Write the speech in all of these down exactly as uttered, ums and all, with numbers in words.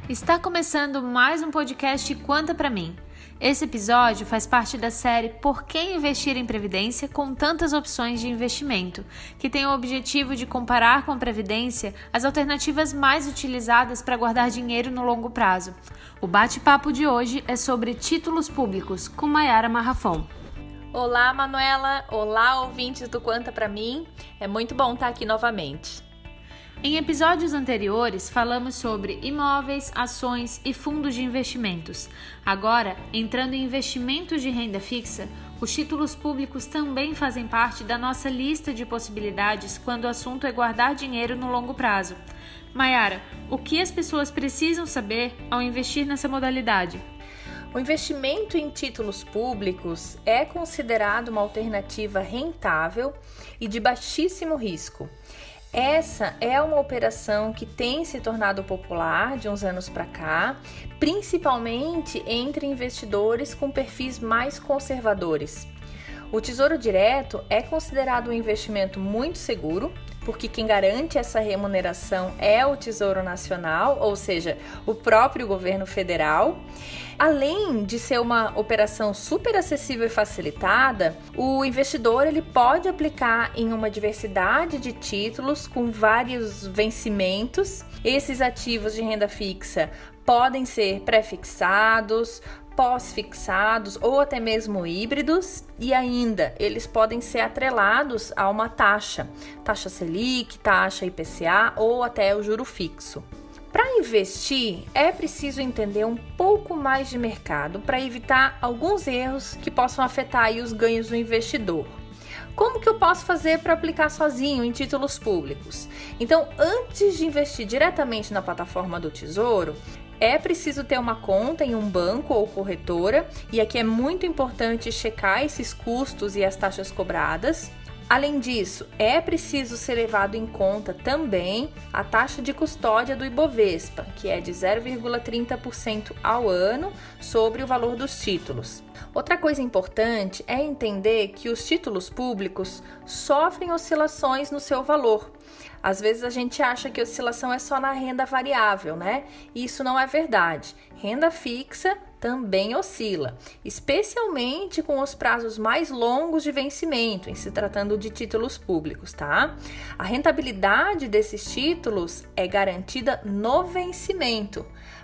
Está começando mais um podcast Conta Pra Mim. Esse episódio faz parte da série Por que Investir em Previdência com tantas opções de investimento, que tem o objetivo de comparar com a Previdência as alternativas mais utilizadas para guardar dinheiro no longo prazo. O bate-papo de hoje é sobre títulos públicos, com Mayara Marrafon. Olá, Manuela! Olá, ouvintes do Conta Pra Mim! É muito bom estar aqui novamente. Em episódios anteriores, falamos sobre imóveis, ações e fundos de investimentos. Agora, entrando em investimentos de renda fixa, os títulos públicos também fazem parte da nossa lista de possibilidades quando o assunto é guardar dinheiro no longo prazo. Mayara, o que as pessoas precisam saber ao investir nessa modalidade? O investimento em títulos públicos é considerado uma alternativa rentável e de baixíssimo risco. Essa é uma operação que tem se tornado popular de uns anos para cá, principalmente entre investidores com perfis mais conservadores. O Tesouro Direto é considerado um investimento muito seguro, porque quem garante essa remuneração é o Tesouro Nacional, ou seja, o próprio governo federal. Além de ser uma operação super acessível e facilitada, o investidor ele pode aplicar em uma diversidade de títulos com vários vencimentos. Esses ativos de renda fixa podem ser pré-fixados, pós-fixados ou até mesmo híbridos, e ainda eles podem ser atrelados a uma taxa, taxa Selic, taxa I P C A ou até o juro fixo. Para investir, é preciso entender um pouco mais de mercado para evitar alguns erros que possam afetar aí os ganhos do investidor. Como que eu posso fazer para aplicar sozinho em títulos públicos? Então, antes de investir diretamente na plataforma do Tesouro, é preciso ter uma conta em um banco ou corretora, e aqui é muito importante checar esses custos e as taxas cobradas. Além disso, é preciso ser levado em conta também a taxa de custódia do Ibovespa, que é de zero vírgula trinta por cento ao ano sobre o valor dos títulos. Outra coisa importante é entender que os títulos públicos sofrem oscilações no seu valor. Às vezes a gente acha que oscilação é só na renda variável, né? E isso não é verdade. Renda fixa também oscila, especialmente com os prazos mais longos de vencimento, em se tratando de títulos públicos, tá? A rentabilidade desses títulos é garantida no vencimento,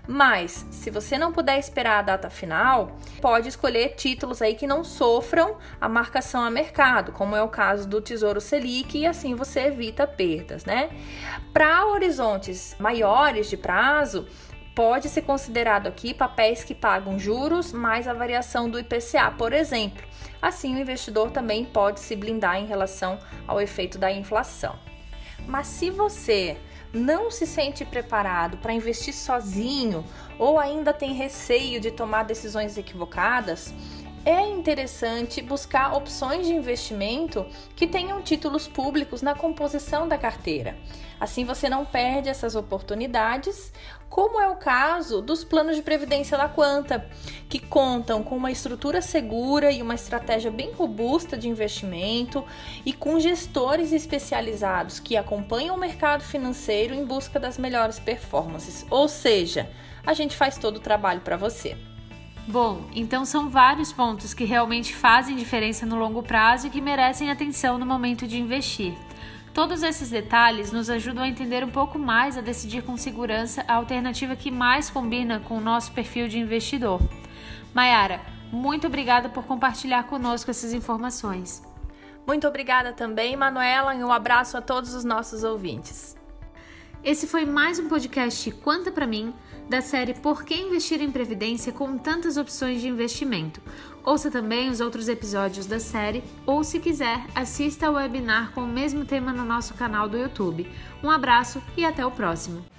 mas se você não puder esperar a data final, pode escolher títulos aí que não sofram a marcação a mercado, como é o caso do Tesouro Selic, e assim você evita perdas, né? Para horizontes maiores de prazo, pode ser considerado aqui papéis que pagam juros mais a variação do I P C A, por exemplo. Assim, o investidor também pode se blindar em relação ao efeito da inflação. Mas se você não se sente preparado para investir sozinho ou ainda tem receio de tomar decisões equivocadas, é interessante buscar opções de investimento que tenham títulos públicos na composição da carteira. Assim você não perde essas oportunidades, como é o caso dos planos de previdência da Quanta, que contam com uma estrutura segura e uma estratégia bem robusta de investimento e com gestores especializados que acompanham o mercado financeiro em busca das melhores performances. Ou seja, a gente faz todo o trabalho para você. Bom, então são vários pontos que realmente fazem diferença no longo prazo e que merecem atenção no momento de investir. Todos esses detalhes nos ajudam a entender um pouco mais a decidir com segurança a alternativa que mais combina com o nosso perfil de investidor. Mayara, muito obrigada por compartilhar conosco essas informações. Muito obrigada também, Manuela, e um abraço a todos os nossos ouvintes. Esse foi mais um podcast Conta Pra Mim, da série Por que Investir em Previdência com tantas opções de investimento. Ouça também os outros episódios da série ou, se quiser, assista ao webinar com o mesmo tema no nosso canal do YouTube. Um abraço e até o próximo!